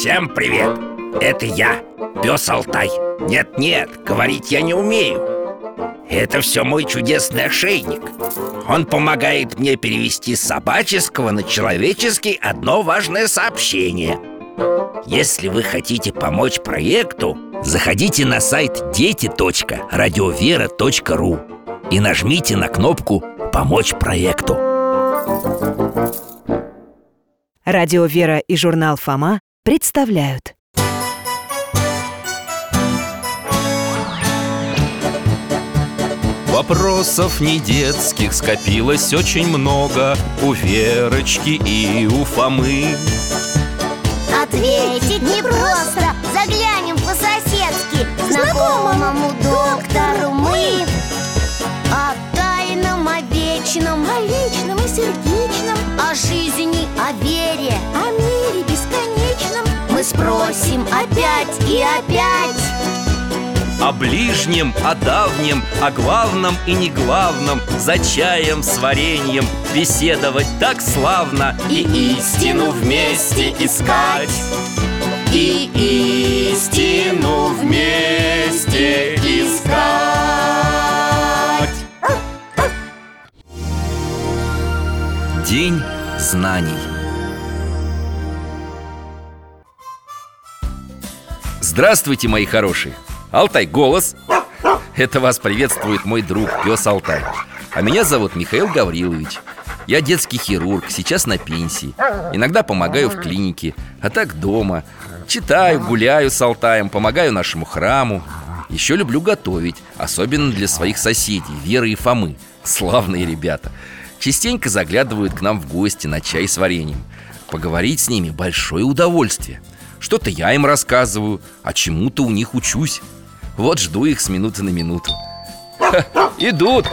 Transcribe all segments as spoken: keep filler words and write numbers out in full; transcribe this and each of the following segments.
Всем привет! Это я, пес Алтай. Нет-нет, говорить я не умею. Это все мой чудесный ошейник. Он помогает мне перевести с собаческого на человеческий одно важное сообщение. Если вы хотите помочь проекту, заходите на сайт дети точка радиовера точка ру и нажмите на кнопку «Помочь проекту». Радио «Вера» и журнал «Фома» представляют. Вопросов не детских скопилось очень много у Верочки и у Фомы. Ответить непросто, заглянем по-соседски знакомому доктору мы. О тайном, о вечном, о личном и сердечном, о жизни, о вере, о мире бесконечном мы спросим опять и опять. О ближнем, о давнем, о главном и неглавном, за чаем с вареньем беседовать так славно. И истину вместе искать, и истину вместе искать. День знаний. Здравствуйте, мои хорошие! Алтай, голос! Это вас приветствует мой друг, пес Алтай. А меня зовут Михаил Гаврилович. Я детский хирург, сейчас на пенсии. Иногда помогаю в клинике, а так дома. Читаю, гуляю с Алтаем, помогаю нашему храму. Еще люблю готовить, особенно для своих соседей, Веры и Фомы. Славные ребята. Частенько заглядывают к нам в гости на чай с вареньем. Поговорить с ними большое удовольствие. Что-то я им рассказываю, а чему-то у них учусь. Вот жду их с минуты на минуту. Ха, идут!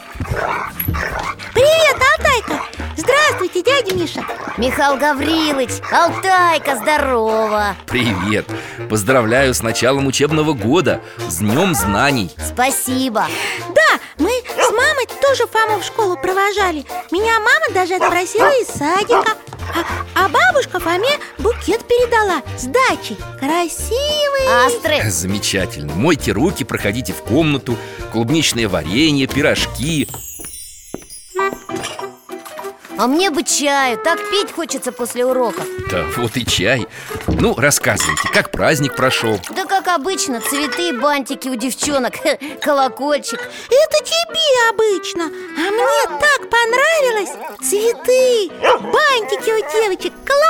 Привет, Алтайка! Здравствуйте, дядя Миша! Михаил Гаврилович, Алтайка, здорово! Привет! Поздравляю с началом учебного года, с Днем знаний! Спасибо! Да, мы с мамой тоже Фому в школу провожали. Меня мама даже отпросила из садика. А, а бабушка Фоме букет передала с дачей. Красивый! Астры! Замечательно! Мойте руки, проходите в комнату. Клубничное варенье, пирожки. А мне бы чаю, так пить хочется после уроков. Да вот и чай. Ну, рассказывайте, как праздник прошел? Да как обычно, цветы, бантики у девчонок, колокольчик. Это тебе обычно, а мне так понравилось. Цветы, бантики у девочек,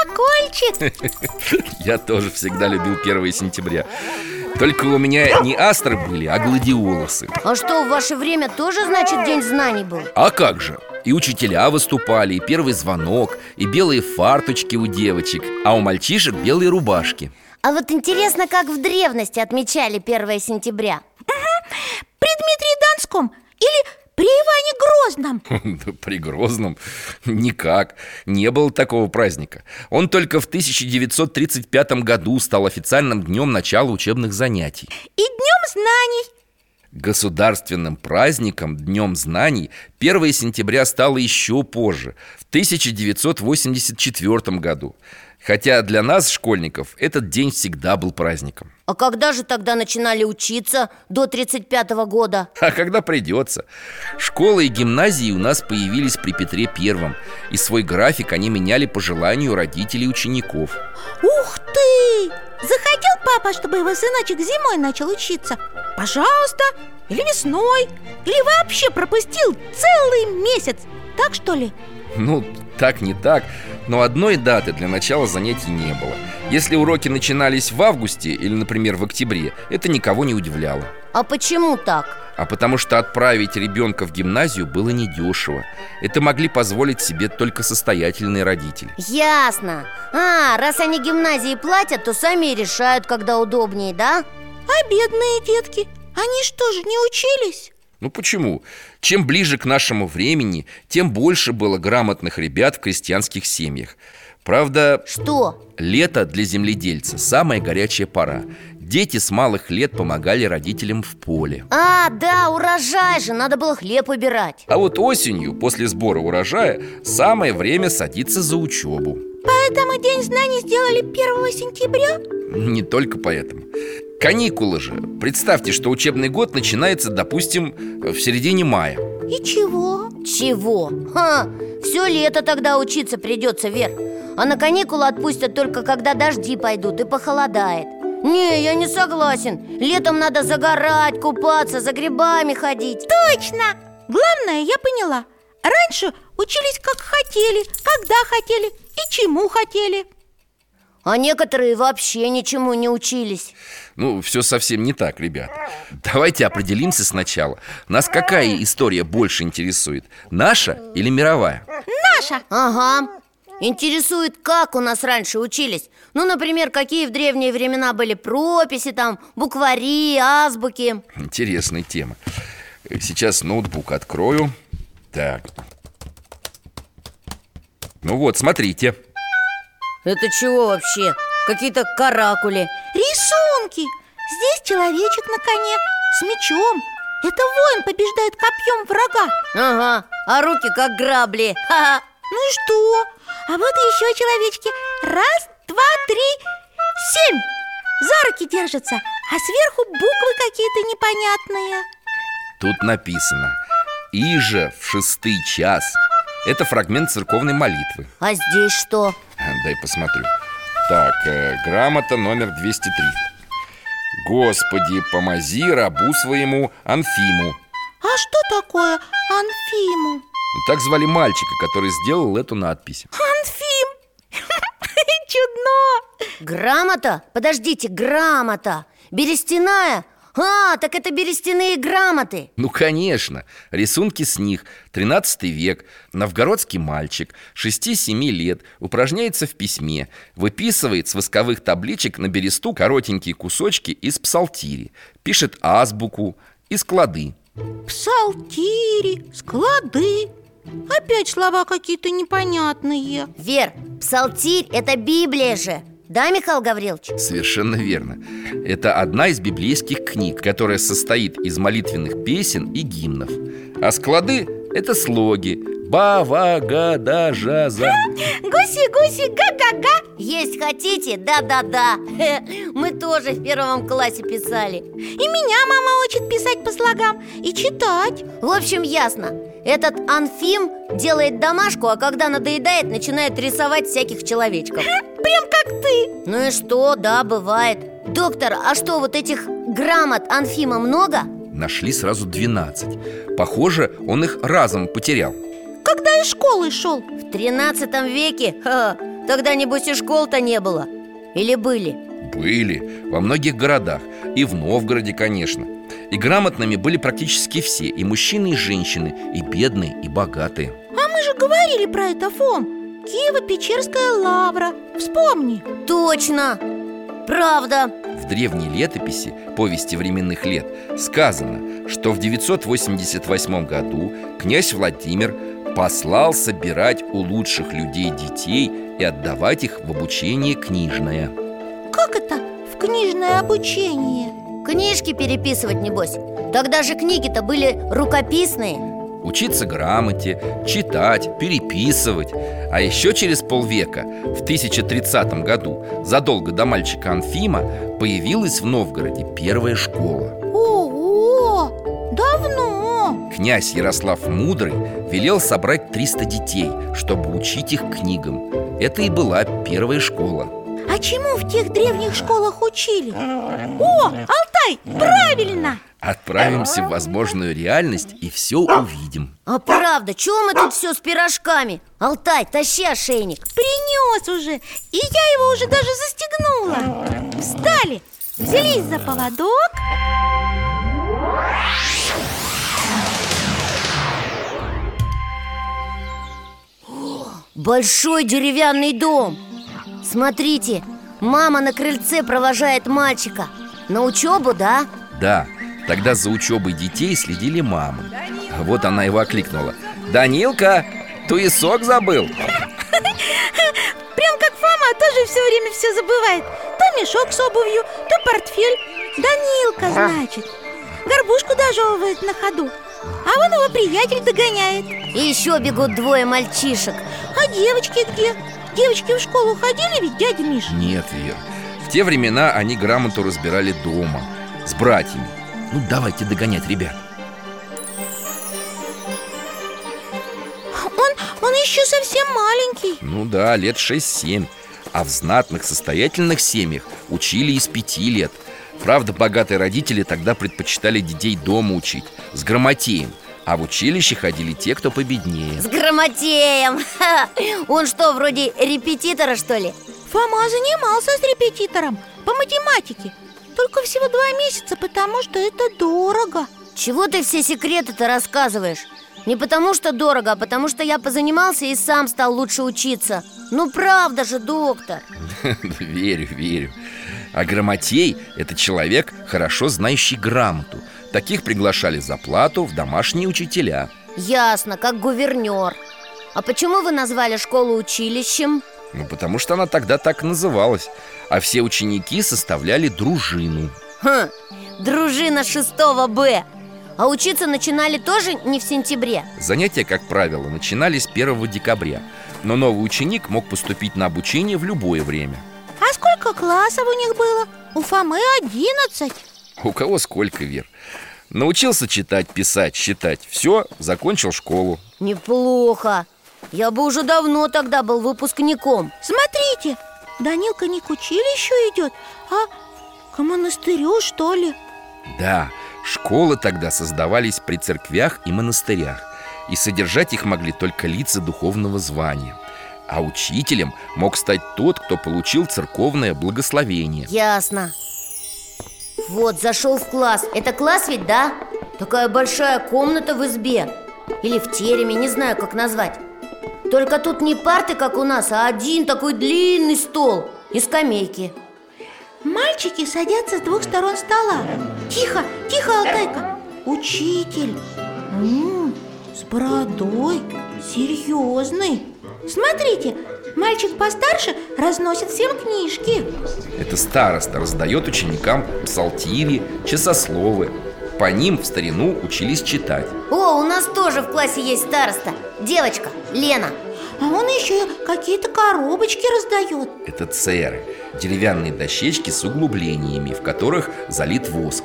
колокольчик. Я тоже всегда любил первое сентября. Только у меня не астры были, а гладиолусы. А что, в ваше время тоже, значит, День знаний был? А как же? И учителя выступали, и первый звонок, и белые фарточки у девочек, а у мальчишек белые рубашки. А вот интересно, как в древности отмечали первое сентября? Угу. При Дмитрии Донском или при Иване Грозном? При Грозном? Никак, не было такого праздника. Он только в тысяча девятьсот тридцать пятом году стал официальным днем начала учебных занятий. И Днем знаний. Государственным праздником, Днем знаний, первое сентября стало еще позже, в тысяча девятьсот восемьдесят четвёртом году. Хотя для нас, школьников, этот день всегда был праздником. А когда же тогда начинали учиться до тридцать пятого года? А когда придется. Школы и гимназии у нас появились при Петре Первом, и свой график они меняли по желанию родителей и учеников. Ух ты! Захотел папа, чтобы его сыночек зимой начал учиться? Пожалуйста! Или весной? Или вообще пропустил целый месяц? Так что ли? Ну, так не так, но одной даты для начала занятий не было. Если уроки начинались в августе или, например, в октябре, это никого не удивляло. А почему так? А потому что отправить ребенка в гимназию было недешево. Это могли позволить себе только состоятельные родители. Ясно. А, раз они гимназии платят, то сами и решают, когда удобнее, да? А бедные детки, они что же, не учились? Ну почему? Чем ближе к нашему времени, тем больше было грамотных ребят в крестьянских семьях. Правда, что? Лето для земледельца – самая горячая пора. Дети с малых лет помогали родителям в поле. А, да, урожай же, надо было хлеб убирать. А вот осенью, после сбора урожая, самое время садиться за учебу. Поэтому Поэтому День знаний сделали первого сентября? Не только поэтому. Каникулы же. Представьте, что учебный год начинается, допустим, в середине мая. И чего? Чего? Ха, все лето тогда учиться придется, Вер. А на каникулы отпустят только когда дожди пойдут и похолодает. Не, я не согласен. Летом надо загорать, купаться, за грибами ходить. Точно! Главное, я поняла. Раньше учились как хотели, когда хотели и чему хотели. А некоторые вообще ничему не учились. Ну, все совсем не так, ребят. Давайте определимся сначала. Нас какая история больше интересует? Наша или мировая? Наша! Ага. Интересует, как у нас раньше учились. Ну, например, какие в древние времена были прописи, там, буквари, азбуки. Интересная тема. Сейчас ноутбук открою. Так. Ну вот, смотрите. Это чего вообще? Какие-то каракули. Рисунки! Здесь человечек на коне с мечом. Это воин побеждает копьем врага. Ага, а руки как грабли. Ха-ха. Ну и что? А вот еще человечки. Раз, два, три, семь. За руки держатся, а сверху буквы какие-то непонятные. Тут написано: «Иже в шестый час». Это фрагмент церковной молитвы. А здесь что? Дай посмотрю. Так, э, грамота номер двести три. «Господи, помози рабу своему Анфиму». А что такое Анфиму? Так звали мальчика, который сделал эту надпись. Анфим! Чудно! Грамота? Подождите, грамота. Берестяная? А, так это берестяные грамоты. Ну, конечно, рисунки с них. тринадцатый век. Новгородский мальчик шести-семи лет упражняется в письме, выписывает с восковых табличек на бересту коротенькие кусочки из псалтири, пишет азбуку и склады. Псалтири, склады. Опять слова какие-то непонятные. Вер, псалтирь – это Библия же. Да, Михаил Гаврилович? Совершенно верно. Это одна из библейских книг, которая состоит из молитвенных песен и гимнов. А склады – это слоги: ба, ва, га, да, жа, за. Гуси-гуси, га-га-га. Есть хотите? Да-да-да. Мы тоже в первом классе писали. И меня мама учит писать по слогам и читать. В общем, ясно. Этот Анфим делает домашку, а когда надоедает, начинает рисовать всяких человечков. Прям как ты. Ну и что? Да, бывает. Доктор, а что, вот этих грамот Анфима много? Нашли сразу двенадцать. Похоже, он их разом потерял. Когда из школы шел? В тринадцатом веке? Ха, тогда, небось, и школ-то не было. Или были? Были, во многих городах. И в Новгороде, конечно. И грамотными были практически все. И мужчины, и женщины, и бедные, и богатые. А мы же говорили про это, Фом. Киево-Печерская лавра. Вспомни. Точно! Правда. В древней летописи «Повести временных лет» сказано, что в девятьсот восемьдесят восьмом году князь Владимир послал собирать у лучших людей детей и отдавать их в обучение книжное. Как это в книжное обучение? Книжки переписывать, небось. Тогда же книги-то были рукописные. Учиться грамоте, читать, переписывать. А еще через полвека, в тысяча тридцатом году, задолго до мальчика Анфима, появилась в Новгороде первая школа. Ого! Давно! Князь Ярослав Мудрый велел собрать триста детей, чтобы учить их книгам. Это и была первая школа. А чему в тех древних школах учили? О, Алтай, правильно! Отправимся в возможную реальность и все увидим. А правда, чего мы тут все с пирожками? Алтай, тащи ошейник. Принес уже, и я его уже даже застегнула. Встали, взялись за поводок. Большой деревянный дом. Смотрите, мама на крыльце провожает мальчика. На учебу, да? Да, тогда за учебой детей следили мамы. Вот она его окликнула: «Данилка, туесок забыл!» Прям как Фома тоже все время все забывает. То мешок с обувью, то портфель. Данилка, значит. Горбушку дожевывает на ходу, а вон его приятель догоняет. И еще бегут двое мальчишек. А девочки где? девочки в школу ходили ведь, дядя Миша? Нет, Вер, в те времена они грамоту разбирали дома, с братьями. Ну, давайте догонять ребят. Он, он еще совсем маленький. Ну да, лет шесть-семь. А в знатных, состоятельных семьях учили и с пяти лет. Правда, богатые родители тогда предпочитали детей дома учить, с грамотеем. А в училище ходили те, кто победнее. С грамотеем! Ха! Он что, вроде репетитора, что ли? Фома занимался с репетитором по математике. Только всего два месяца, потому что это дорого. Чего ты все секреты-то рассказываешь? Не потому что дорого, а потому что я позанимался и сам стал лучше учиться. Ну правда же, доктор. Верю, верю. А грамотей – это человек, хорошо знающий грамоту. Таких приглашали за плату в домашние учителя. Ясно, как гувернер. А почему вы назвали школу училищем? Ну, потому что она тогда так называлась. А все ученики составляли дружину. Хм, дружина шестого Б. А учиться начинали тоже не в сентябре? Занятия, как правило, начинались первого декабря. Но новый ученик мог поступить на обучение в любое время. А сколько классов у них было? У Фомы одиннадцать. У кого сколько, Вер? Научился читать, писать, считать. Все, закончил школу. Неплохо. Я бы уже давно тогда был выпускником. Смотрите, Данилка не к училищу идет, а к монастырю, что ли? Да, школы тогда создавались при церквях и монастырях. И содержать их могли только лица духовного звания. А учителем мог стать тот, кто получил церковное благословение. Ясно. Вот, зашел в класс. Это класс ведь, да? Такая большая комната в избе. Или в тереме, не знаю, как назвать. Только тут не парты, как у нас, а один такой длинный стол и скамейки. Мальчики садятся с двух сторон стола. Тихо, тихо, Алтайка. Учитель. М-м, с бородой, серьезный. Смотрите, мальчик постарше разносит всем книжки. Это староста раздает ученикам псалтири, часословы. По ним в старину учились читать. О, у нас тоже в классе есть староста. Девочка, Лена. А он еще какие-то коробочки раздает. Это церы, деревянные дощечки с углублениями, в которых залит воск.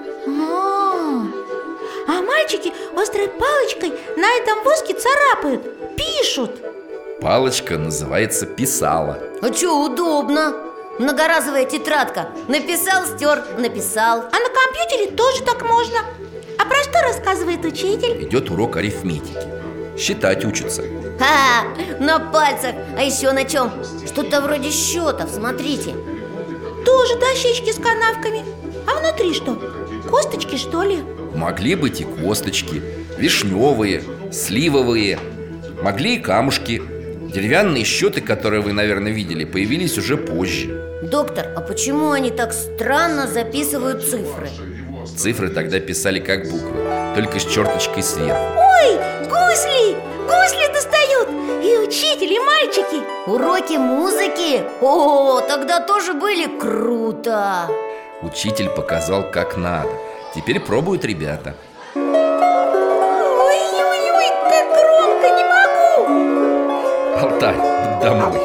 А, а мальчики острой палочкой на этом воске царапают, пишут. Палочка называется писала. А что, удобно. Многоразовая тетрадка. Написал, стер, написал. А на компьютере тоже так можно. А про что рассказывает учитель? Идет урок арифметики. Считать учатся. Ха, на пальцах. А еще на чем? Что-то вроде счетов, смотрите. Тоже дощечки с канавками. А внутри что? Косточки, что ли? Могли быть и косточки, вишневые, сливовые. Могли и камушки. Деревянные счеты, которые вы, наверное, видели, появились уже позже. Доктор, а почему они так странно записывают цифры? Цифры тогда писали как буквы, только с черточкой сверху. Ой, гусли! Гусли достают! И учитель, и мальчики. Уроки музыки? О, тогда тоже были круто. Учитель показал, как надо. Теперь пробуют ребята. Ой-ой-ой, как громко, не могу! Алтай, домой.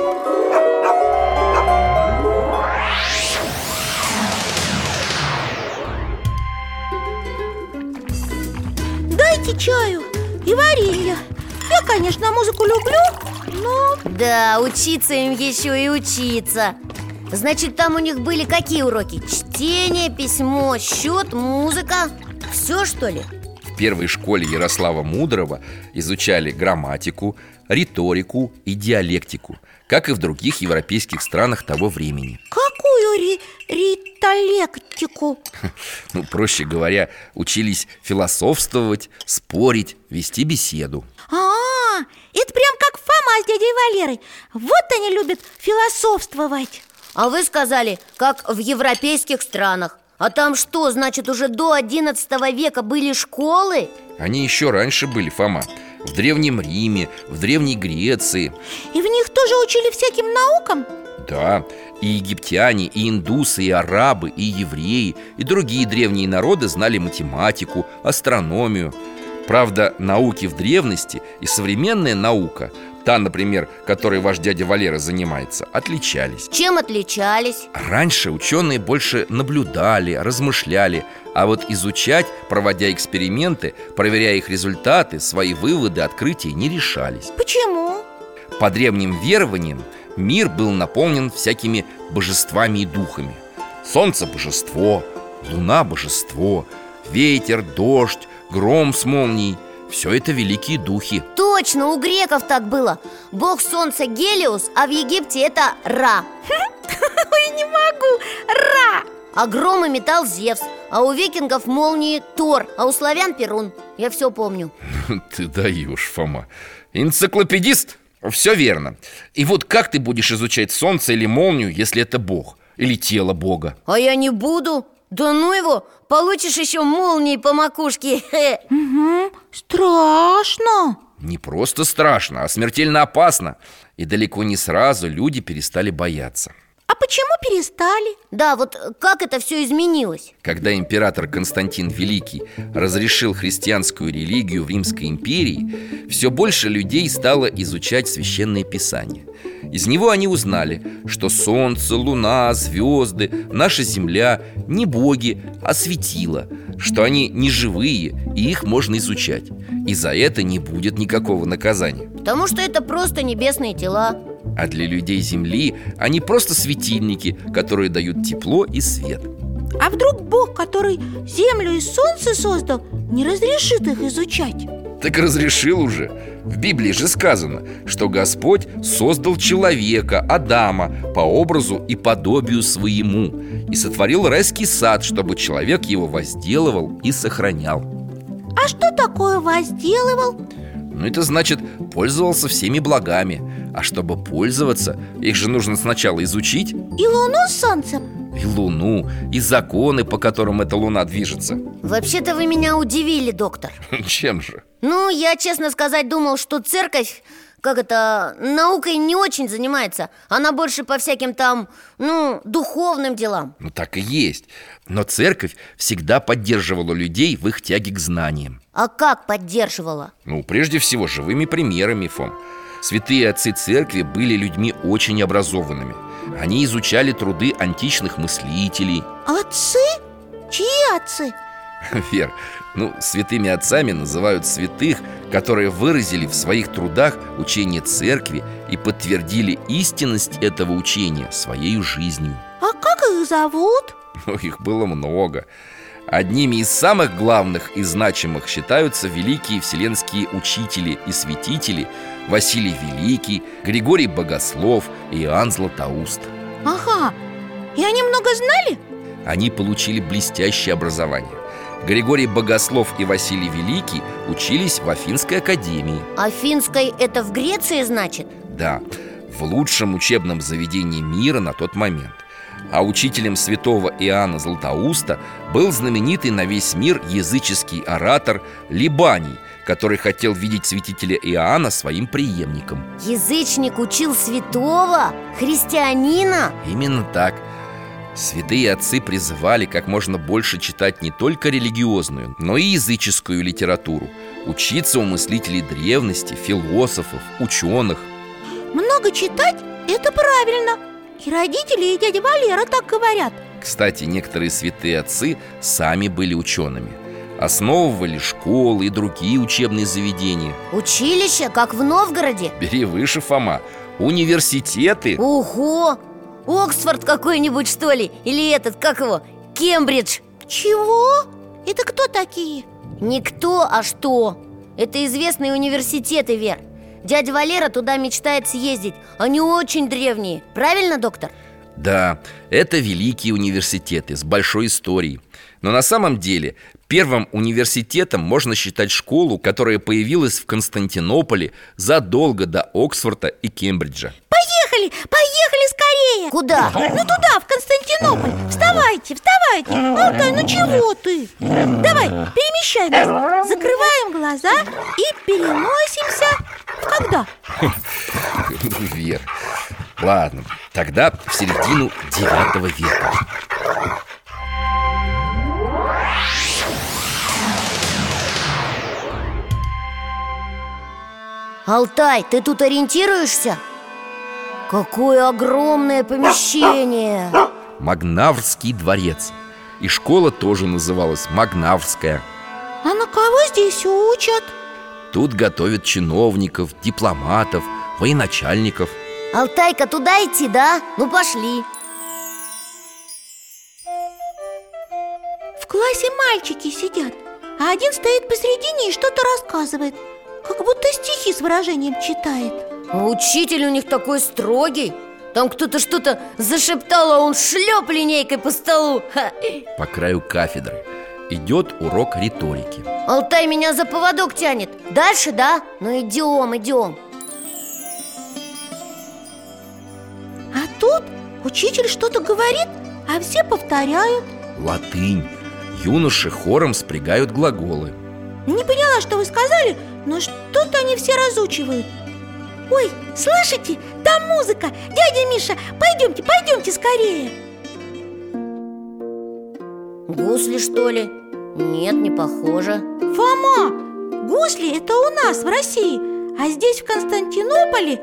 Дайте чаю и варенья. Я, конечно, музыку люблю, но... Да, учиться им еще и учиться. Значит, там у них были какие уроки? Чтение, письмо, счет, музыка. Все, что ли? В первой школе Ярослава Мудрого изучали грамматику, риторику и диалектику, как и в других европейских странах того времени. Какую ри ритолектику? Ну, проще говоря, учились философствовать, спорить, вести беседу. А, это прям как Фома с дядей Валерой. Вот они любят философствовать. А вы сказали, как в европейских странах. А там что, значит, уже до одиннадцатого века были школы? Они еще раньше были, Фома. В Древнем Риме, в Древней Греции. И в них тоже учили всяким наукам? Да, и египтяне, и индусы, и арабы, и евреи, и другие древние народы знали математику, астрономию. Правда, науки в древности и современная наука та, например, которой ваш дядя Валера занимается, отличались. Чем отличались? Раньше ученые больше наблюдали, размышляли, а вот изучать, проводя эксперименты, проверяя их результаты, свои выводы, открытия не решались. Почему? По древним верованиям мир был наполнен всякими божествами и духами. Солнце – божество, луна – божество, ветер, дождь, гром с молнией – все это великие духи. Точно, у греков так было. Бог солнца Гелиос, а в Египте это Ра. Ой, не могу, Ра! А гром и металл Зевс. А у викингов молнии Тор, а у славян Перун. Я все помню. Ты даешь, Фома. Энциклопедист? Все верно. И вот как ты будешь изучать солнце или молнию, если это Бог? Или тело Бога? А я не буду. Да ну его, получишь еще молнии по макушке. Угу, страшно. Не просто страшно, а смертельно опасно. И далеко не сразу люди перестали бояться. А почему перестали? Да, вот как это все изменилось? Когда император Константин Великий разрешил христианскую религию в Римской империи, все больше людей стало изучать священное писание. Из него они узнали, что солнце, луна, звезды, наша земля не боги, а светила, что они не живые, и их можно изучать. И за это не будет никакого наказания. Потому что это просто небесные тела. А для людей Земли они просто светильники, которые дают тепло и свет. А вдруг Бог, который землю и солнце создал, не разрешит их изучать? Так разрешил уже. В Библии же сказано, что Господь создал человека, Адама, по образу и подобию своему, и сотворил райский сад, чтобы человек его возделывал и сохранял. А что такое возделывал? Ну, это значит, пользовался всеми благами. А чтобы пользоваться, их же нужно сначала изучить. И луну с солнцем? И луну, и законы, по которым эта луна движется. Вообще-то вы меня удивили, доктор. Чем же? Ну, я, честно сказать, думал, что церковь, как это, наукой не очень занимается. Она больше по всяким там, ну, духовным делам. Ну, так и есть. Но церковь всегда поддерживала людей в их тяге к знаниям. А как поддерживала? Ну, прежде всего, живыми примерами, Фом. Святые отцы церкви были людьми очень образованными. Они изучали труды античных мыслителей. Отцы? Чьи отцы? Вер, ну, святыми отцами называют святых, которые выразили в своих трудах учение церкви и подтвердили истинность этого учения своей жизнью. А как их зовут? Ну, их было много. Одними из самых главных и значимых считаются великие вселенские учители и святители Василий Великий, Григорий Богослов и Иоанн Златоуст. Ага, и они много знали? Они получили блестящее образование. Григорий Богослов и Василий Великий учились в Афинской академии. Афинской это в Греции, значит? Да, в лучшем учебном заведении мира на тот момент. А учителем святого Иоанна Златоуста был знаменитый на весь мир языческий оратор Либаний, который хотел видеть святителя Иоанна своим преемником. Язычник учил святого? Христианина? Именно так. Святые отцы призывали как можно больше читать не только религиозную, но и языческую литературу, учиться у мыслителей древности, философов, ученых. Много читать – это правильно. И родители, и дядя Валера так говорят. Кстати, некоторые святые отцы сами были учеными. Основывали школы и другие учебные заведения. Училище, как в Новгороде? Бери выше, Фома. Университеты. Ого! Оксфорд какой-нибудь, что ли? Или этот, как его, Кембридж? Чего? Это кто такие? Не кто, а что. Это известные университеты, Вер. Дядя Валера туда мечтает съездить. Они очень древние. Правильно, доктор? Да, это великие университеты с большой историей. Но на самом деле первым университетом можно считать школу, которая появилась в Константинополе задолго до Оксфорда и Кембриджа. Поехали, поехали скорее! Куда? Ну туда, в Константинополь. Вставайте, вставайте. Алтай, ну чего ты? Давай, перемещаемся. Закрываем глаза и переносимся. Когда? Вер. Ладно, тогда в середину девятого века. Алтай, ты тут ориентируешься? Какое огромное помещение! Магнаврский дворец. И школа тоже называлась Магнаврская. А на кого здесь учат? Тут готовят чиновников, дипломатов, военачальников. Алтайка, туда идти, да? Ну пошли. В классе мальчики сидят, а один стоит посередине и что-то рассказывает, как будто стихи с выражением читает. А учитель у них такой строгий. Там кто-то что-то зашептал, а он шлеп линейкой по столу. Ха. По краю кафедры идет урок риторики. Алтай меня за поводок тянет. Дальше, да? Ну идем, идем. А тут учитель что-то говорит, а все повторяют. Латынь. Юноши хором спрягают глаголы. Не поняла, что вы сказали, но что-то они все разучивают. Ой, слышите? Там музыка! Дядя Миша, пойдемте, пойдемте скорее. Гусли, что ли? Нет, не похоже. Фома, гусли это у нас в России, а здесь в Константинополе.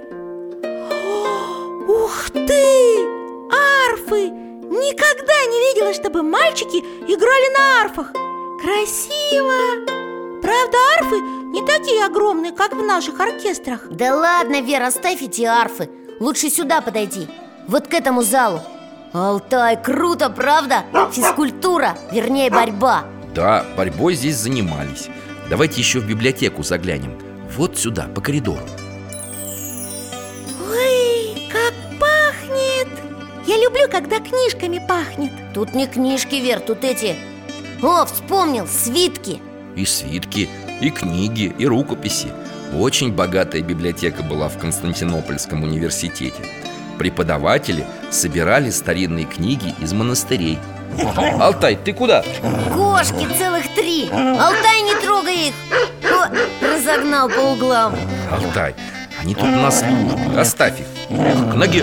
Ух ты! Арфы! Никогда не видела, чтобы мальчики играли на арфах. Красиво! Правда, арфы не такие огромные, как в наших оркестрах. Да ладно, Вера, оставь эти арфы. Лучше сюда подойди, вот к этому залу. Алтай, круто, правда? Физкультура, вернее борьба. Да, борьбой здесь занимались. Давайте еще в библиотеку заглянем. Вот сюда, по коридору. Ой, как пахнет! Я люблю, когда книжками пахнет. Тут не книжки, Вер, тут эти... О, вспомнил, свитки. И свитки, и книги, и рукописи. Очень богатая библиотека была в Константинопольском университете. Преподаватели собирали старинные книги из монастырей. Алтай, ты куда? Кошки целых три. Алтай, не трогай их. О, разогнал по углам. Алтай, они тут на службе, оставь их. К ноге.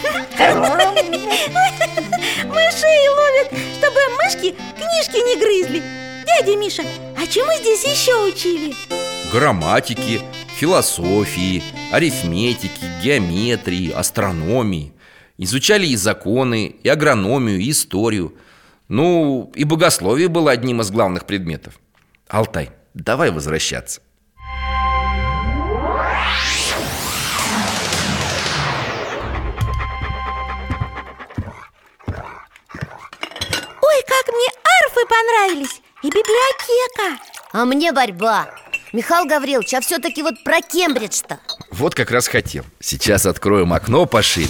Мышей ловят, чтобы мышки книжки не грызли. Дядя Миша, а чему здесь еще учили? Грамматики, философии, арифметики, геометрии, астрономии. Изучали и законы, и агрономию, и историю. Ну, и богословие было одним из главных предметов. Алтай, давай возвращаться. Ой, как мне арфы понравились! И библиотека! А мне борьба. Михаил Гаврилович, а все-таки вот про Кембридж-то. Вот как раз хотел. Сейчас откроем окно пошире.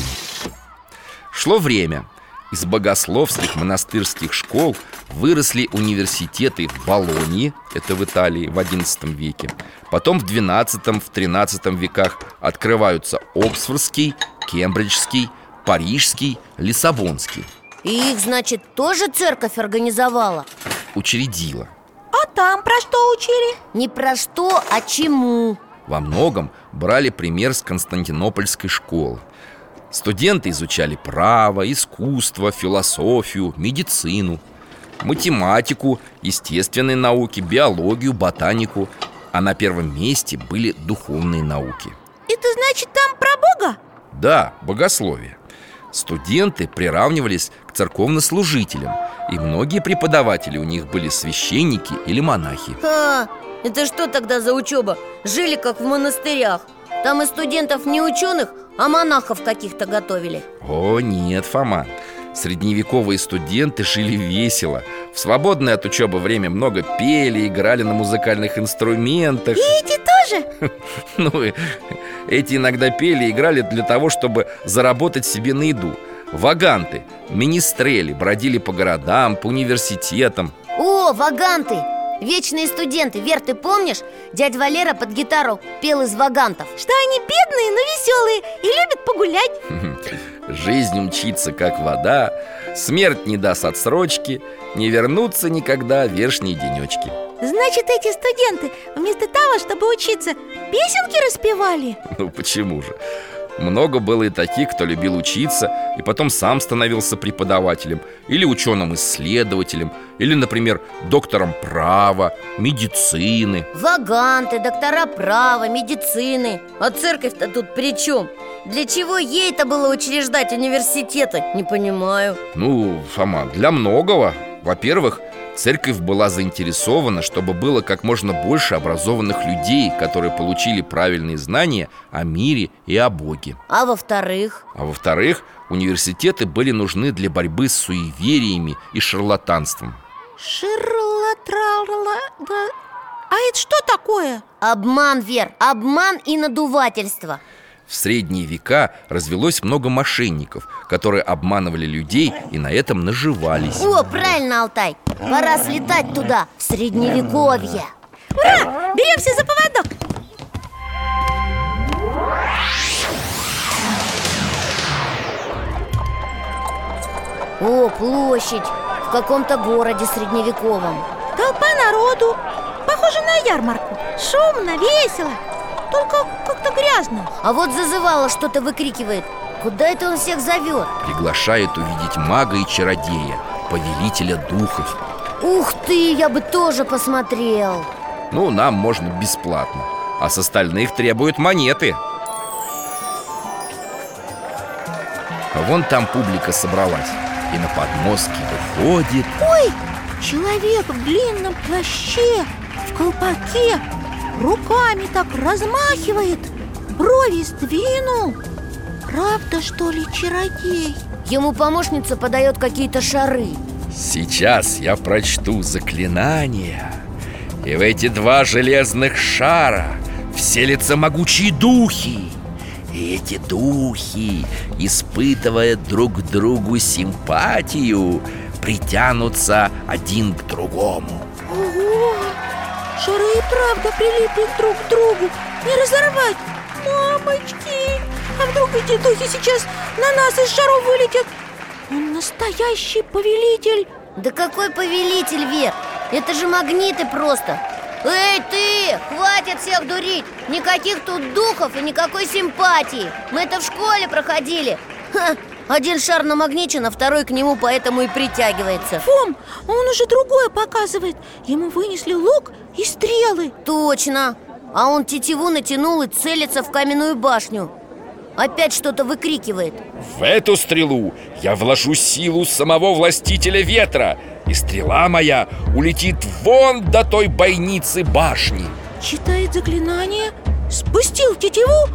Шло время. Из богословских монастырских школ выросли университеты в Болоньи, это в Италии, в одиннадцатом веке. Потом в двенадцатом, в тринадцатом веках открываются Оксфордский, Кембриджский, Парижский, Лиссабонский. И их, значит, тоже церковь организовала? Учредила. А там про что учили? Не про что, а чему. Во многом брали пример с Константинопольской школы. Студенты изучали право, искусство, философию, медицину, математику, естественные науки, биологию, ботанику. А на первом месте были духовные науки. Это значит, там про Бога? Да, богословие. Студенты приравнивались к церковнослужителям, и многие преподаватели у них были священники или монахи. А, это что тогда за учеба? Жили как в монастырях. Там и студентов не ученых, а монахов каких-то готовили. О, нет, Фома. Средневековые студенты жили весело. В свободное от учебы время много пели, играли на музыкальных инструментах. И эти тоже? Ну, эти иногда пели и играли для того, чтобы заработать себе на еду. Ваганты, министрели бродили по городам, по университетам. О, ваганты! Вечные студенты. Вер, ты помнишь? Дядя Валера под гитару пел из вагантов. Что они бедные, но веселые и любят погулять. Жизнь мчится, как вода, смерть не даст отсрочки, не вернутся никогда вершние денечки. Значит, эти студенты вместо того, чтобы учиться, песенки распевали? Ну почему же? Много было и таких, кто любил учиться и потом сам становился преподавателем или ученым-исследователем, или, например, доктором права, медицины. Ваганты, доктора права, медицины. А церковь-то тут при чем? Для чего ей-то было учреждать университеты? Не понимаю. Ну, Фома, для многого. Во-первых, церковь была заинтересована, чтобы было как можно больше образованных людей, которые получили правильные знания о мире и о Боге. А во-вторых? А во-вторых, университеты были нужны для борьбы с суевериями и шарлатанством. Ширла-тралла, да. А это что такое? Обман, Вер, обман и надувательство. В средние века развелось много мошенников, которые обманывали людей и на этом наживались. О, правильно, Алтай, пора слетать туда, в Средневековье. Ура! Беремся за поводок. О, площадь, в каком-то городе средневековом. Толпа народу, похоже на ярмарку. Шумно, весело, только как-то грязно. А вот зазывало что-то выкрикивает. Куда это он всех зовет? Приглашает увидеть мага и чародея, повелителя духов. Ух ты, я бы тоже посмотрел. Ну, нам можно бесплатно, а с остальных требуют монеты. А вон там публика собралась, и на подмостки выходит... Ой, человек в длинном плаще, в колпаке, руками так размахивает, брови сдвинул. Правда, что ли, чародей? Ему помощница подает какие-то шары. Сейчас я прочту заклинание, и в эти два железных шара вселятся могучие духи. И эти духи, испытывая друг к другу симпатию, притянутся один к другому. Ого! Шары и правда прилипли друг к другу. Не разорвать. Мамочки! А вдруг эти духи сейчас на нас из шаров вылетят? Он настоящий повелитель. Да какой повелитель, Вер? Это же магниты просто. Эй, ты! Хватит всех дурить! Никаких тут духов и никакой симпатии. Мы это в школе проходили. Ха! Один шар намагничен, а второй к нему поэтому и притягивается. Фом, он уже другое показывает. Ему вынесли лук и стрелы. Точно. А он тетиву натянул и целится в каменную башню. Опять что-то выкрикивает. В эту стрелу я вложу силу самого властителя ветра, и стрела моя улетит вон до той бойницы башни. Читает заклинание, спустил тетиву.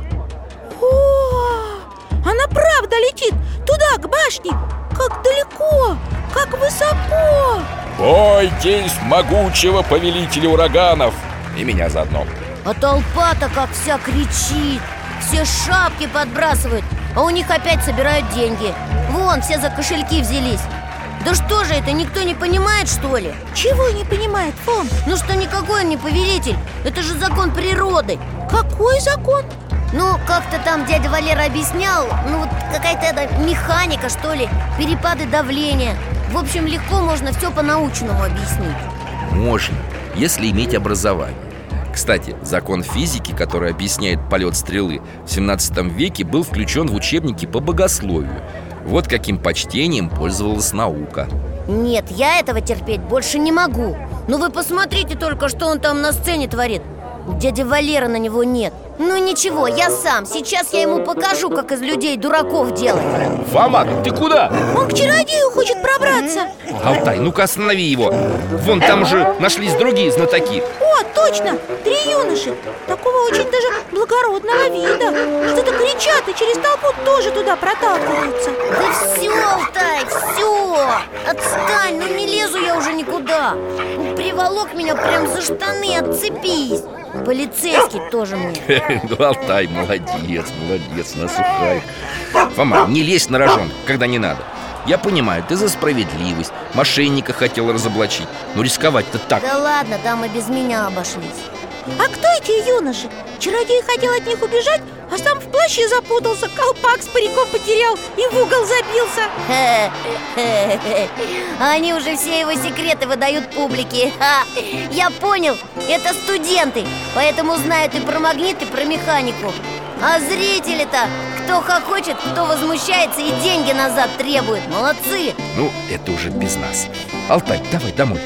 О, она правда летит туда, к башне. Как далеко, как высоко. Бойтесь могучего повелителя ураганов, и меня заодно. А толпа-то как вся кричит. Все шапки подбрасывают, а у них опять собирают деньги. Вон, все за кошельки взялись. Да что же это, никто не понимает, что ли? Чего не понимает, Фом? Ну что никакой он не повелитель. Это же закон природы. Какой закон? Ну, как-то там дядя Валера объяснял. Ну, вот какая-то это механика, что ли. Перепады давления. В общем, легко можно все по-научному объяснить. Можно, если иметь образование. Кстати, закон физики, который объясняет полет стрелы, в семнадцатом веке был включен в учебники по богословию. Вот каким почтением пользовалась наука. Нет, я этого терпеть больше не могу. Ну вы посмотрите только, что он там на сцене творит. Дяди Валера на него нет. Ну ничего, я сам. Сейчас я ему покажу, как из людей дураков делать. Фома, ты куда? Он к чародею хочет пробраться. Алтай, ну-ка останови его. Вон там же нашлись другие знатоки. О, точно, три юноши. Такого очень даже благородного вида. Что-то кричат и через толпу тоже туда проталкиваются. Да все, Алтай, все. Отстань, ну не лезу я уже никуда. Приволок меня прям за штаны, отцепись. Полицейский тоже мне. Ну, Алтай, молодец, молодец, насухай. Фома, не лезь на рожон, когда не надо. Я понимаю, ты за справедливость. Мошенника хотел разоблачить. Но рисковать-то так. Да ладно, там и без меня обошлись. А кто эти юноши? Чародей хотел от них убежать, а сам в плаще запутался, колпак с париком потерял и в угол забился. Они уже все его секреты выдают публике. Ха! Я понял, это студенты, поэтому знают и про магнит, и про механику. А зрители-то Кто хохочет, кто возмущается и деньги назад требует. Молодцы! Ну, это уже без нас. Алтай, давай домой.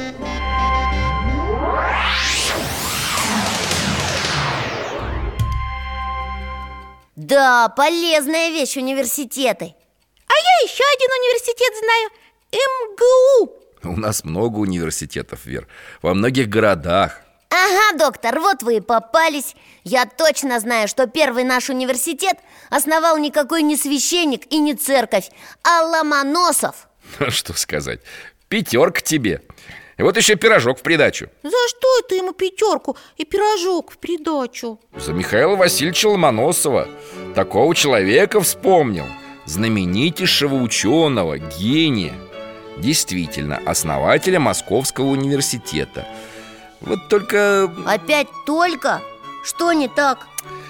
Да, полезная вещь университеты. А я еще один университет знаю. эм гэ у. У нас много университетов, Вер. Во многих городах. Ага, доктор, вот вы и попались. Я точно знаю, что первый наш университет основал никакой не священник и не церковь, а Ломоносов. Что сказать, пятерка тебе. И вот еще пирожок в придачу. За что это ему пятерку и пирожок в придачу? За Михаила Васильевича Ломоносова. Такого человека вспомнил. Знаменитейшего ученого, гения. Действительно, основателя Московского университета. Вот только... Опять только? Что не так?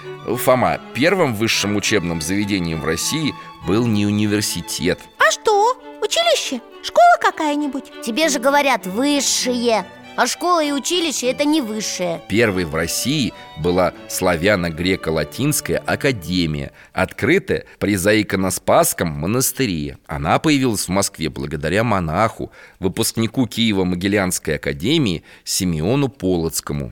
Фома, первым высшим учебным заведением в России был не университет. А что? Училище? Школа какая-нибудь? Тебе же говорят высшие. А школа и училище – это не высшее. Первой в России была славяно-греко-латинская академия, открытая при Заиконоспасском монастыре. Она появилась в Москве благодаря монаху, выпускнику Киево-Могилянской академии Симеону Полоцкому.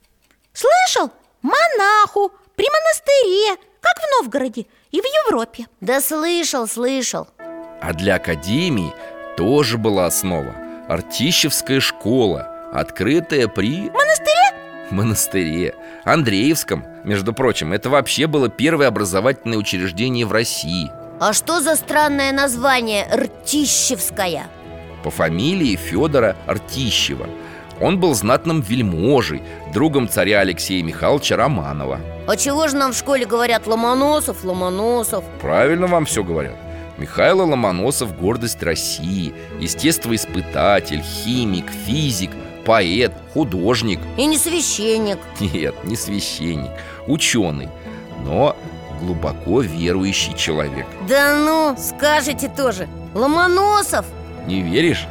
Слышал? Монаху при монастыре, как в Новгороде и в Европе. Да слышал, слышал. А для академии тоже была основа – Артищевская школа, открытая при... Монастыре? Монастыре Андреевском, между прочим. Это вообще было первое образовательное учреждение в России. А что за странное название Ртищевская? По фамилии Федора Артищева. Он был знатным вельможей, другом царя Алексея Михайловича Романова. А чего же нам в школе говорят Ломоносов, Ломоносов? Правильно вам все говорят. Михаил Ломоносов – гордость России, естествоиспытатель, химик, физик, поэт, художник. И не священник. Нет, не священник, ученый, но глубоко верующий человек. Да ну, скажете тоже. Ломоносов? Не веришь?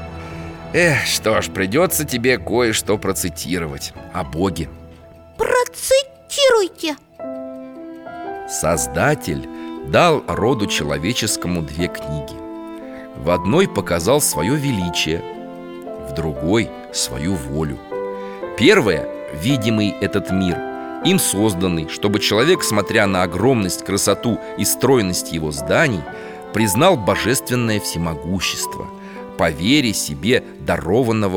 Эх, что ж, придется тебе кое-что процитировать о Боге. Процитируйте. Создатель дал роду человеческому две книги. В одной показал свое величие, в другой – свою волю. Первая – видимый этот мир, им созданный, чтобы человек, смотря на огромность, красоту и стройность его зданий, признал божественное всемогущество, по вере себе дарованного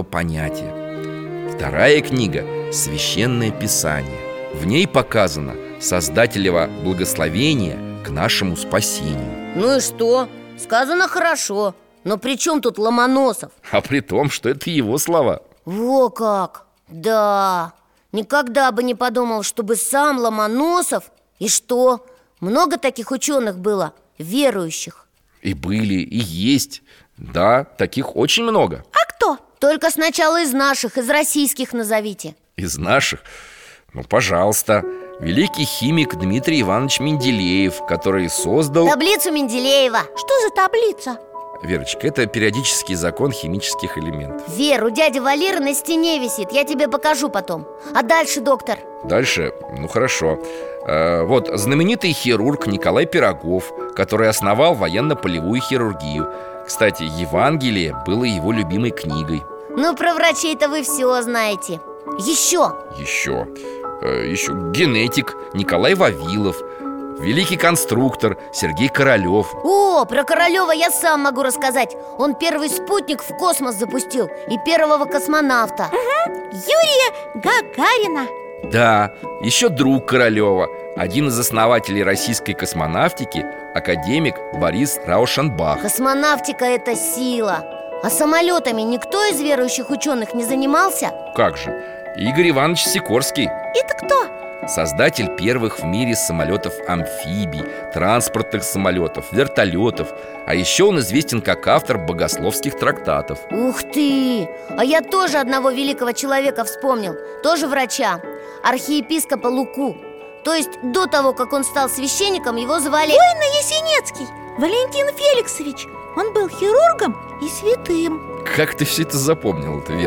понятия. Вторая книга – Священное Писание. В ней показано Создателево благословение к нашему спасению. Ну и что? Сказано хорошо. Но при чем тут Ломоносов? А при том, что это его слова. Во как! Да, никогда бы не подумал, чтобы сам Ломоносов. И что? Много таких ученых было, верующих? И были, и есть. Да, таких очень много. А кто? Только сначала из наших, из российских назовите. Из наших? Ну, пожалуйста. Великий химик Дмитрий Иванович Менделеев, который создал... Таблицу Менделеева. Что за таблица? Верочка, это периодический закон химических элементов. Вер, у дяди Валеры на стене висит, я тебе покажу потом. А дальше, доктор? Дальше, ну хорошо. э, Вот знаменитый хирург Николай Пирогов, который основал военно-полевую хирургию. Кстати, Евангелие было его любимой книгой. Ну, про врачей-то вы все знаете. Еще. Еще э, Еще генетик Николай Вавилов, великий конструктор Сергей Королев. О, про Королева я сам могу рассказать. Он первый спутник в космос запустил и первого космонавта. Угу. Юрия Гагарина. Да, еще друг Королева, один из основателей российской космонавтики, академик Борис Раушенбах. Космонавтика – это сила. А самолетами никто из верующих ученых не занимался? Как же, Игорь Иванович Сикорский. Это кто? Создатель первых в мире самолетов-амфибий, транспортных самолетов, вертолетов. А еще он известен как автор богословских трактатов. Ух ты! А я тоже одного великого человека вспомнил. Тоже врача, архиепископа Луку. То есть до того, как он стал священником, его звали... Воино-Ясенецкий Валентин Феликсович. Он был хирургом и святым. Как ты все это запомнил, это, Вер?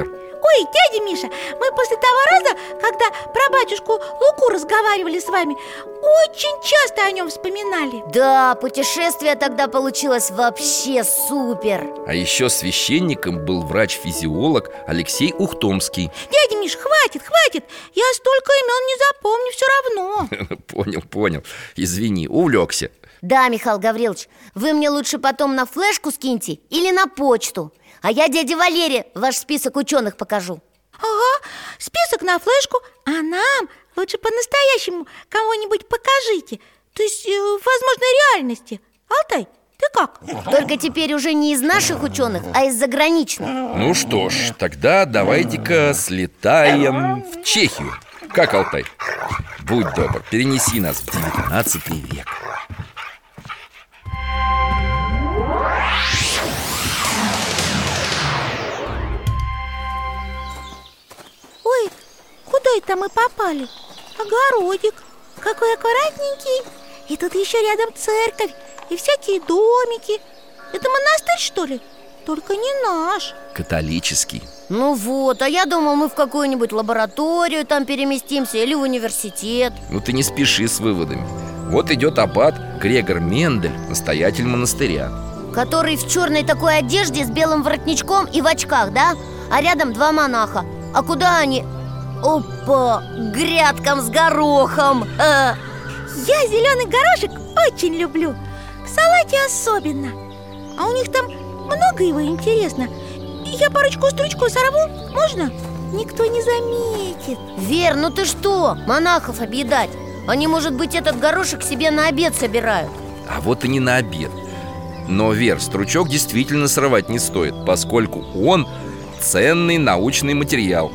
Ой, дядя Миша, мы после того раза, когда про батюшку Луку разговаривали с вами, очень часто о нем вспоминали. Да, путешествие тогда получилось вообще супер. А еще священником был врач-физиолог Алексей Ухтомский. Дядя Миш, хватит, хватит. Я столько имен не запомню все равно. Понял, понял. Извини, увлекся. Да, Михаил Гаврилович, вы мне лучше потом на флешку скиньте или на почту. А я дяде Валере ваш список ученых покажу. Ага, список на флешку. А нам лучше по-настоящему кого-нибудь покажите. То есть, э, возможно, реальности. Алтай, ты как? Только теперь уже не из наших ученых, а из заграничных. Ну что ж, тогда давайте-ка слетаем в Чехию. Как, Алтай? Будь добр, перенеси нас в девятнадцатый век. Ой, куда это мы попали? Огородик, какой аккуратненький. И тут еще рядом церковь и всякие домики. Это монастырь, что ли? Только не наш. Католический. Ну вот, а я думал, мы в какую-нибудь лабораторию там переместимся или в университет. Ну ты не спеши с выводами. Вот идет аббат Грегор Мендель, настоятель монастыря. Который в черной такой одежде с белым воротничком и в очках, да? А рядом два монаха. А куда они? Опа, к грядкам с горохом. А. Я зеленый горошек очень люблю. В салате особенно. А у них там много его интересно. Я парочку стручков сорву, можно? Никто не заметит. Вер, ну ты что, монахов объедать? Они, может быть, этот горошек себе на обед собирают. А вот и не на обед. Но, Вер, стручок действительно срывать не стоит, поскольку он ценный научный материал.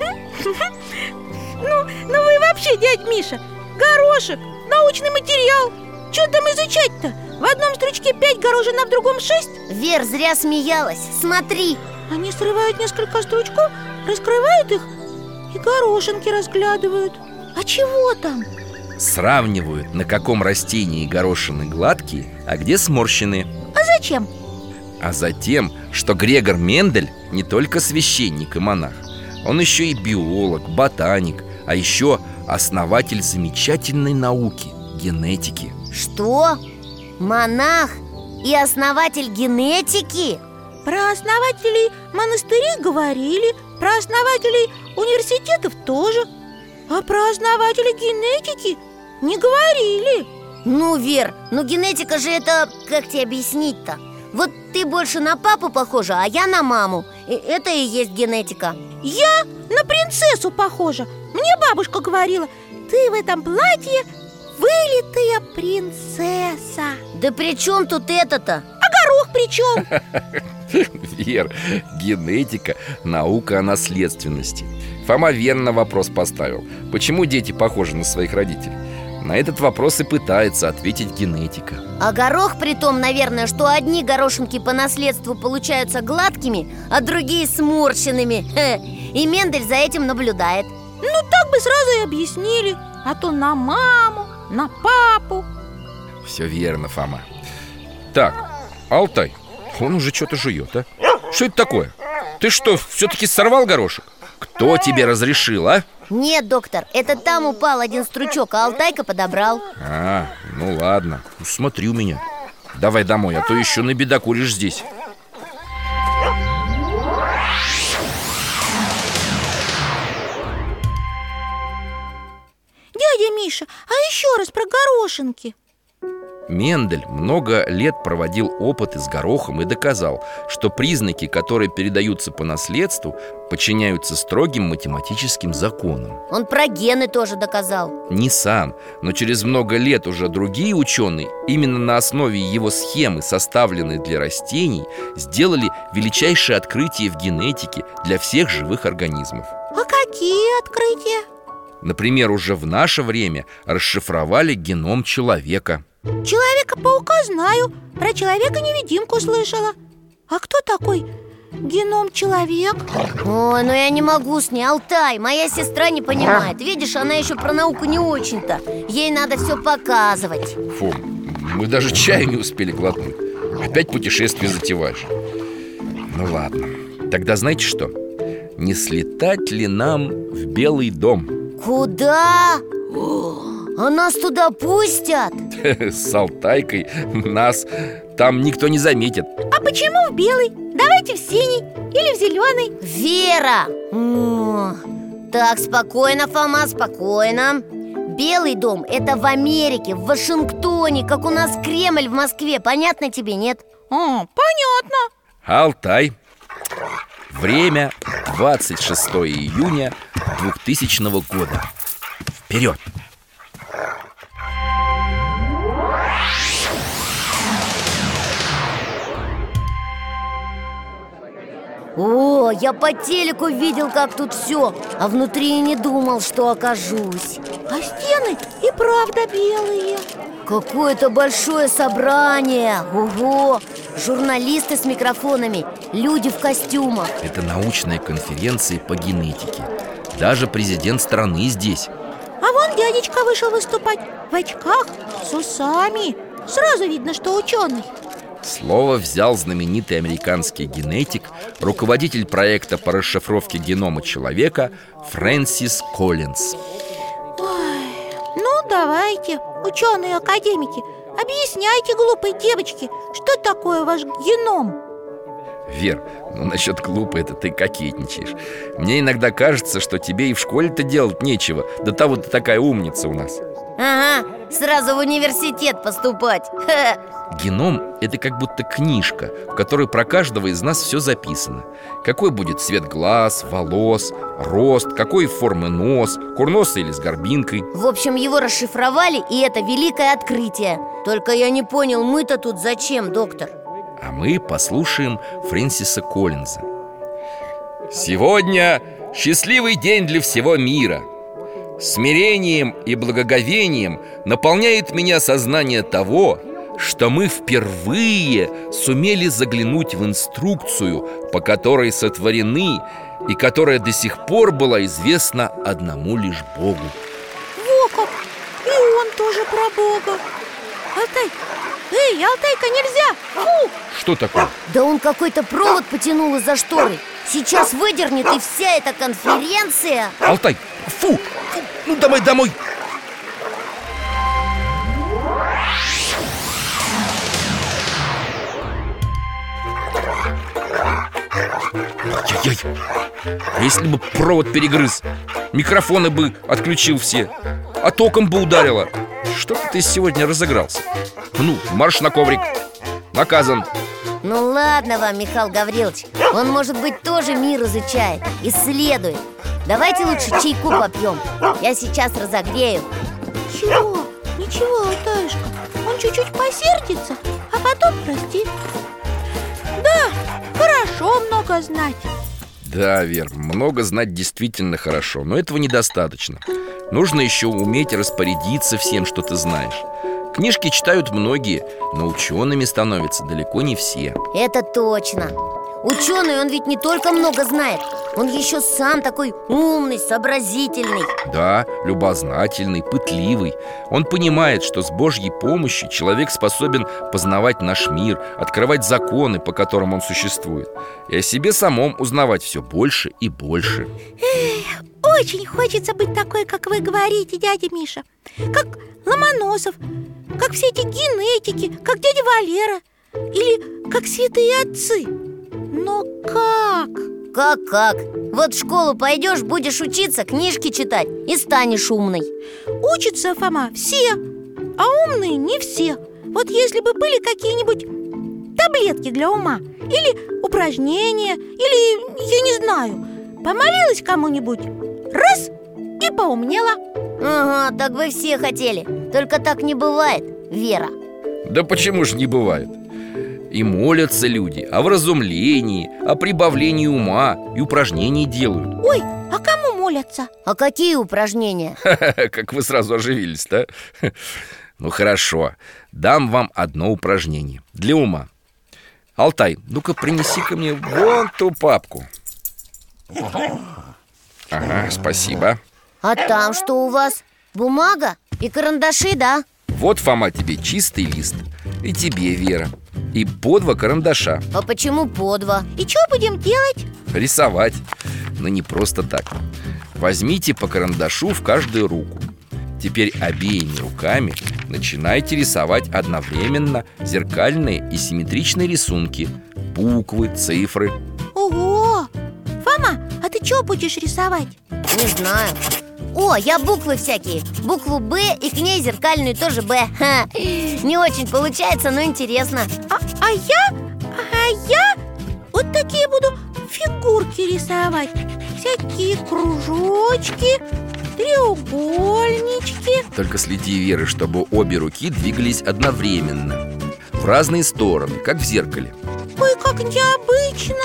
Ну, ну вы вообще, дядь Миша, горошек, научный материал. Что там изучать-то? В одном стручке пять горошин, а в другом шесть? Вер, зря смеялась, смотри. Они срывают несколько стручков, раскрывают их и горошинки разглядывают. А чего там? Сравнивают, на каком растении горошины гладкие, а где сморщенные. А зачем? А затем, что Грегор Мендель не только священник и монах. Он еще и биолог, ботаник, а еще основатель замечательной науки – генетики. Что? Монах и основатель генетики? Про основателей монастырей говорили, про основателей университетов тоже. А про основателей генетики не говорили. Ну, Вер, ну генетика же это, как тебе объяснить-то? Вот ты больше на папу похожа, а я на маму. И это и есть генетика. Я на принцессу похожа. Мне бабушка говорила: ты в этом платье вылитая принцесса. Да при чем тут это-то? А горох при чем? Вер, генетика – наука о наследственности. Фома верно вопрос поставил. Почему дети похожи на своих родителей? На этот вопрос и пытается ответить генетика. А горох при том, наверное, что одни горошинки по наследству получаются гладкими, а другие сморщенными. Хе. И Мендель за этим наблюдает. Ну так бы сразу и объяснили. А то на маму, на папу. Все верно, Фома. Так, Алтай, он уже что-то жует, а? Что это такое? Ты что, все-таки сорвал горошек? Кто тебе разрешил, а? Нет, доктор, это там упал один стручок, а Алтайка подобрал. А, ну ладно, ну, смотри у меня. Давай домой, а то еще набедокуришь здесь. Дядя Миша, а еще раз про горошинки. Мендель много лет проводил опыты с горохом и доказал, что признаки, которые передаются по наследству, подчиняются строгим математическим законам. Он про гены тоже доказал. Не сам, но через много лет уже другие ученые именно на основе его схемы, составленной для растений, сделали величайшее открытие в генетике для всех живых организмов. А какие открытия? Например, уже в наше время расшифровали геном человека. Человека-паука знаю, про человека-невидимку слышала. А кто такой геном-человек? Ой, ну я не могу с ней, Алтай, моя сестра не понимает. Видишь, она еще про науку не очень-то. Ей надо все показывать. Фу, мы даже чаю не успели глотнуть. Опять путешествие затеваешь. Ну ладно, тогда знаете что? не слетать ли нам в Белый дом? Куда? А нас туда пустят? С Алтайкой нас там никто не заметит. А почему в белый? Давайте в синий или в зеленый. Вера! М, Так, спокойно, Фома, спокойно. Белый дом – это в Америке, в Вашингтоне, как у нас Кремль в Москве. Понятно тебе, нет? А, понятно. Алтай. Время двадцать шестое июня двухтысячного года. Вперед! О, я по телеку видел, как тут все, а внутри и не думал, что окажусь. А стены и правда белые. Какое-то большое собрание. Ого! Журналисты с микрофонами, люди в костюмах. Это научная конференция по генетике. Даже президент страны здесь. А вон дядечка вышел выступать в очках, с усами. Сразу видно, что ученый. Слово взял знаменитый американский генетик, руководитель проекта по расшифровке генома человека Фрэнсис Коллинз. Ой, ну давайте, ученые-академики, объясняйте глупой девочке, что такое ваш геном. Вер, ну насчет глупо это ты кокетничаешь. Мне иногда кажется, что тебе и в школе-то делать нечего. До того ты такая умница у нас. Ага, сразу в университет поступать. Ха. Геном – это как будто книжка, в которой про каждого из нас все записано. Какой будет цвет глаз, волос, рост, какой формы нос, курносый или с горбинкой. В общем, его расшифровали, и это великое открытие. Только я не понял, мы-то тут зачем, доктор? А мы послушаем Фрэнсиса Коллинза. Сегодня счастливый день для всего мира. Смирением и благоговением наполняет меня сознание того, что мы впервые сумели заглянуть в инструкцию, по которой сотворены и которая до сих пор была известна одному лишь Богу. Во как! И он тоже про Бога. Алтай, эй, Алтайка, нельзя! Фу! Что такое? Да он какой-то провод потянул из-за шторы. Сейчас выдернет, и вся эта конференция... Алтай, фу! Фу! Ну давай домой! Ай-яй-яй! А если бы провод перегрыз? Микрофоны бы отключил все, а током бы ударило. Что ты сегодня разыгрался? Ну, марш на коврик. Наказан. Ну ладно вам, Михаил Гаврилович. Он, может быть, тоже мир изучает, исследует. Давайте лучше чайку попьем. Я сейчас разогрею. Чего? Ничего, Алтаюшка. Он чуть-чуть посердится, а потом простит. Да, хорошо много знать. Да, Вер, много знать действительно хорошо, но этого недостаточно. Нужно еще уметь распорядиться всем, что ты знаешь. Книжки читают многие, но учеными становятся далеко не все. Это точно. Ученый, он ведь не только много знает, он еще сам такой умный, сообразительный. Да, любознательный, пытливый. Он понимает, что с Божьей помощью человек способен познавать наш мир, открывать законы, по которым он существует, и о себе самом узнавать все больше и больше. Эх, очень хочется быть такой, как вы говорите, дядя Миша. Как Ломоносов, как все эти генетики, как дядя Валера. Или как святые отцы. Но как? Как-как? Вот в школу пойдешь, будешь учиться, книжки читать и станешь умной. Учатся, Фома, все, а умные не все. Вот если бы были какие-нибудь таблетки для ума, или упражнения, или, я не знаю, помолилась кому-нибудь, раз, и поумнела. Ага, так вы все хотели. Только так не бывает, Вера. Да почему же не бывает? И молятся люди о вразумлении, о прибавлении ума, и упражнений делают. Ой, а кому молятся? А какие упражнения? Как вы сразу оживились, да? Ну хорошо, дам вам одно упражнение для ума. Алтай, ну-ка принеси-ка мне вон ту папку. Ага, спасибо. А там что у вас? Бумага и карандаши, да? Вот, Фома, тебе чистый лист. И тебе, Вера. И по два карандаша. А почему по два? И что будем делать? Рисовать. но не просто так. Возьмите по карандашу в каждую руку. Теперь обеими руками начинайте рисовать одновременно зеркальные и симметричные рисунки, буквы, цифры. Ого! Фома, а ты что будешь рисовать? Не знаю. О, я буквы всякие. Букву «Б» и к ней зеркальную тоже «Б». Ха. Не очень получается, но интересно. А, а я, а я вот такие буду фигурки рисовать. Всякие кружочки, треугольнички. Только следи, Вера, чтобы обе руки двигались одновременно, в разные стороны, как в зеркале. Ой, как необычно!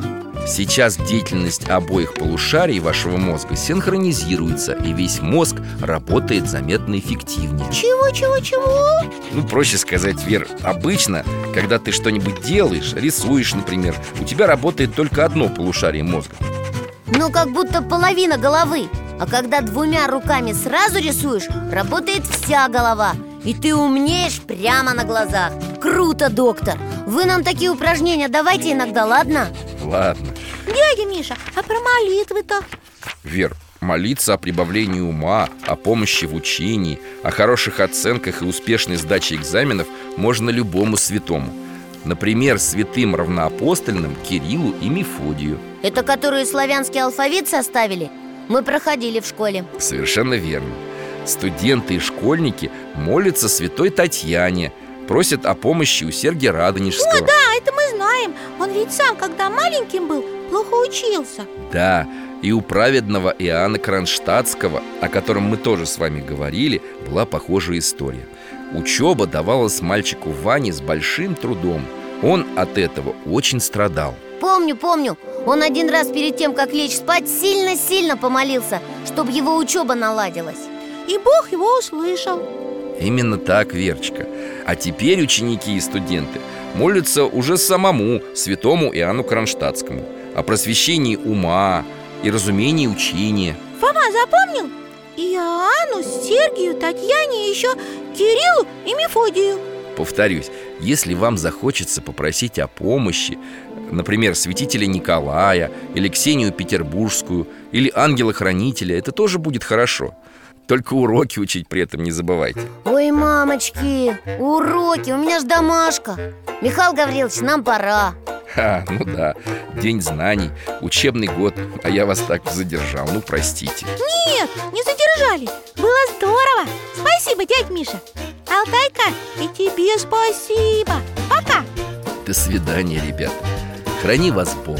Сейчас деятельность обоих полушарий вашего мозга синхронизируется, и весь мозг работает заметно эффективнее. Чего, чего, чего? Ну, проще сказать, Вер, обычно, когда ты что-нибудь делаешь, рисуешь, например, у тебя работает только одно полушарие мозга. Ну, как будто половина головы. А когда двумя руками сразу рисуешь, работает вся голова. И ты умнеешь прямо на глазах. Круто, доктор! Вы нам такие упражнения давайте иногда, ладно? Ладно. Дядя Миша, а про молитвы-то? Вер, молиться о прибавлении ума, о помощи в учении, о хороших оценках и успешной сдаче экзаменов можно любому святому. Например, святым равноапостольным Кириллу и Мефодию. Это которые славянский алфавит составили? Мы проходили в школе. Совершенно верно. Студенты и школьники молятся святой Татьяне, просят о помощи у Сергия Радонежского. О, да, это мы знаем. Он ведь сам, когда маленьким был, плохо учился. Да, и у праведного Иоанна Кронштадтского, о котором мы тоже с вами говорили, была похожая история. Учеба давалась мальчику Ване с большим трудом. Он от этого очень страдал. Помню, помню. Он один раз перед тем, как лечь спать, сильно-сильно помолился, чтобы его учеба наладилась. И Бог его услышал. Именно так, Верочка. А теперь ученики и студенты молятся уже самому святому Иоанну Кронштадтскому о просвещении ума и разумении учения. Фома запомнил? Иоанну, Сергию, Татьяне, еще Кириллу и Мефодию. Повторюсь, если вам захочется попросить о помощи, например, святителя Николая или Ксению Петербургскую или ангела-хранителя, это тоже будет хорошо. Только уроки учить при этом не забывайте. Ой, мамочки, уроки, у меня ж домашка. Михаил Гаврилович, нам пора. Ха, ну да, день знаний, учебный год, а я вас так задержал, ну простите. Нет, не задержали, было здорово. Спасибо, дядь Миша. Алтайка, и тебе спасибо. Пока. До свидания, ребята. Храни вас Бог.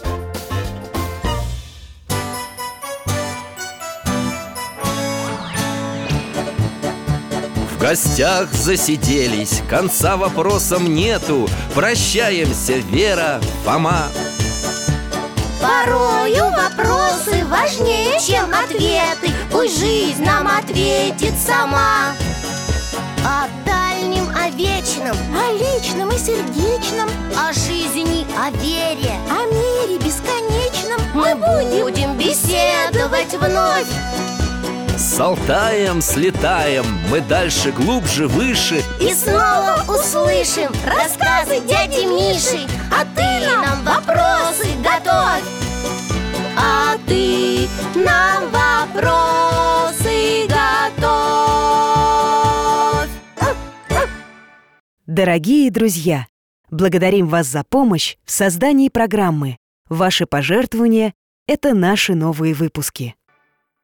В гостях засиделись, конца вопросам нету. Прощаемся, Вера, Фома. Порою вопросы важнее, чем ответы. Пусть жизнь нам ответит сама. О дальнем, о вечном, О личном и сердечном, о жизни, о вере о мире бесконечном мы будем беседовать вновь. С Алтаем слетаем, мы дальше, глубже, выше. И снова услышим рассказы дяди Миши. А ты нам вопросы готовь. А ты нам вопросы готовь. Дорогие друзья, благодарим вас за помощь в создании программы. Ваши пожертвования – это наши новые выпуски.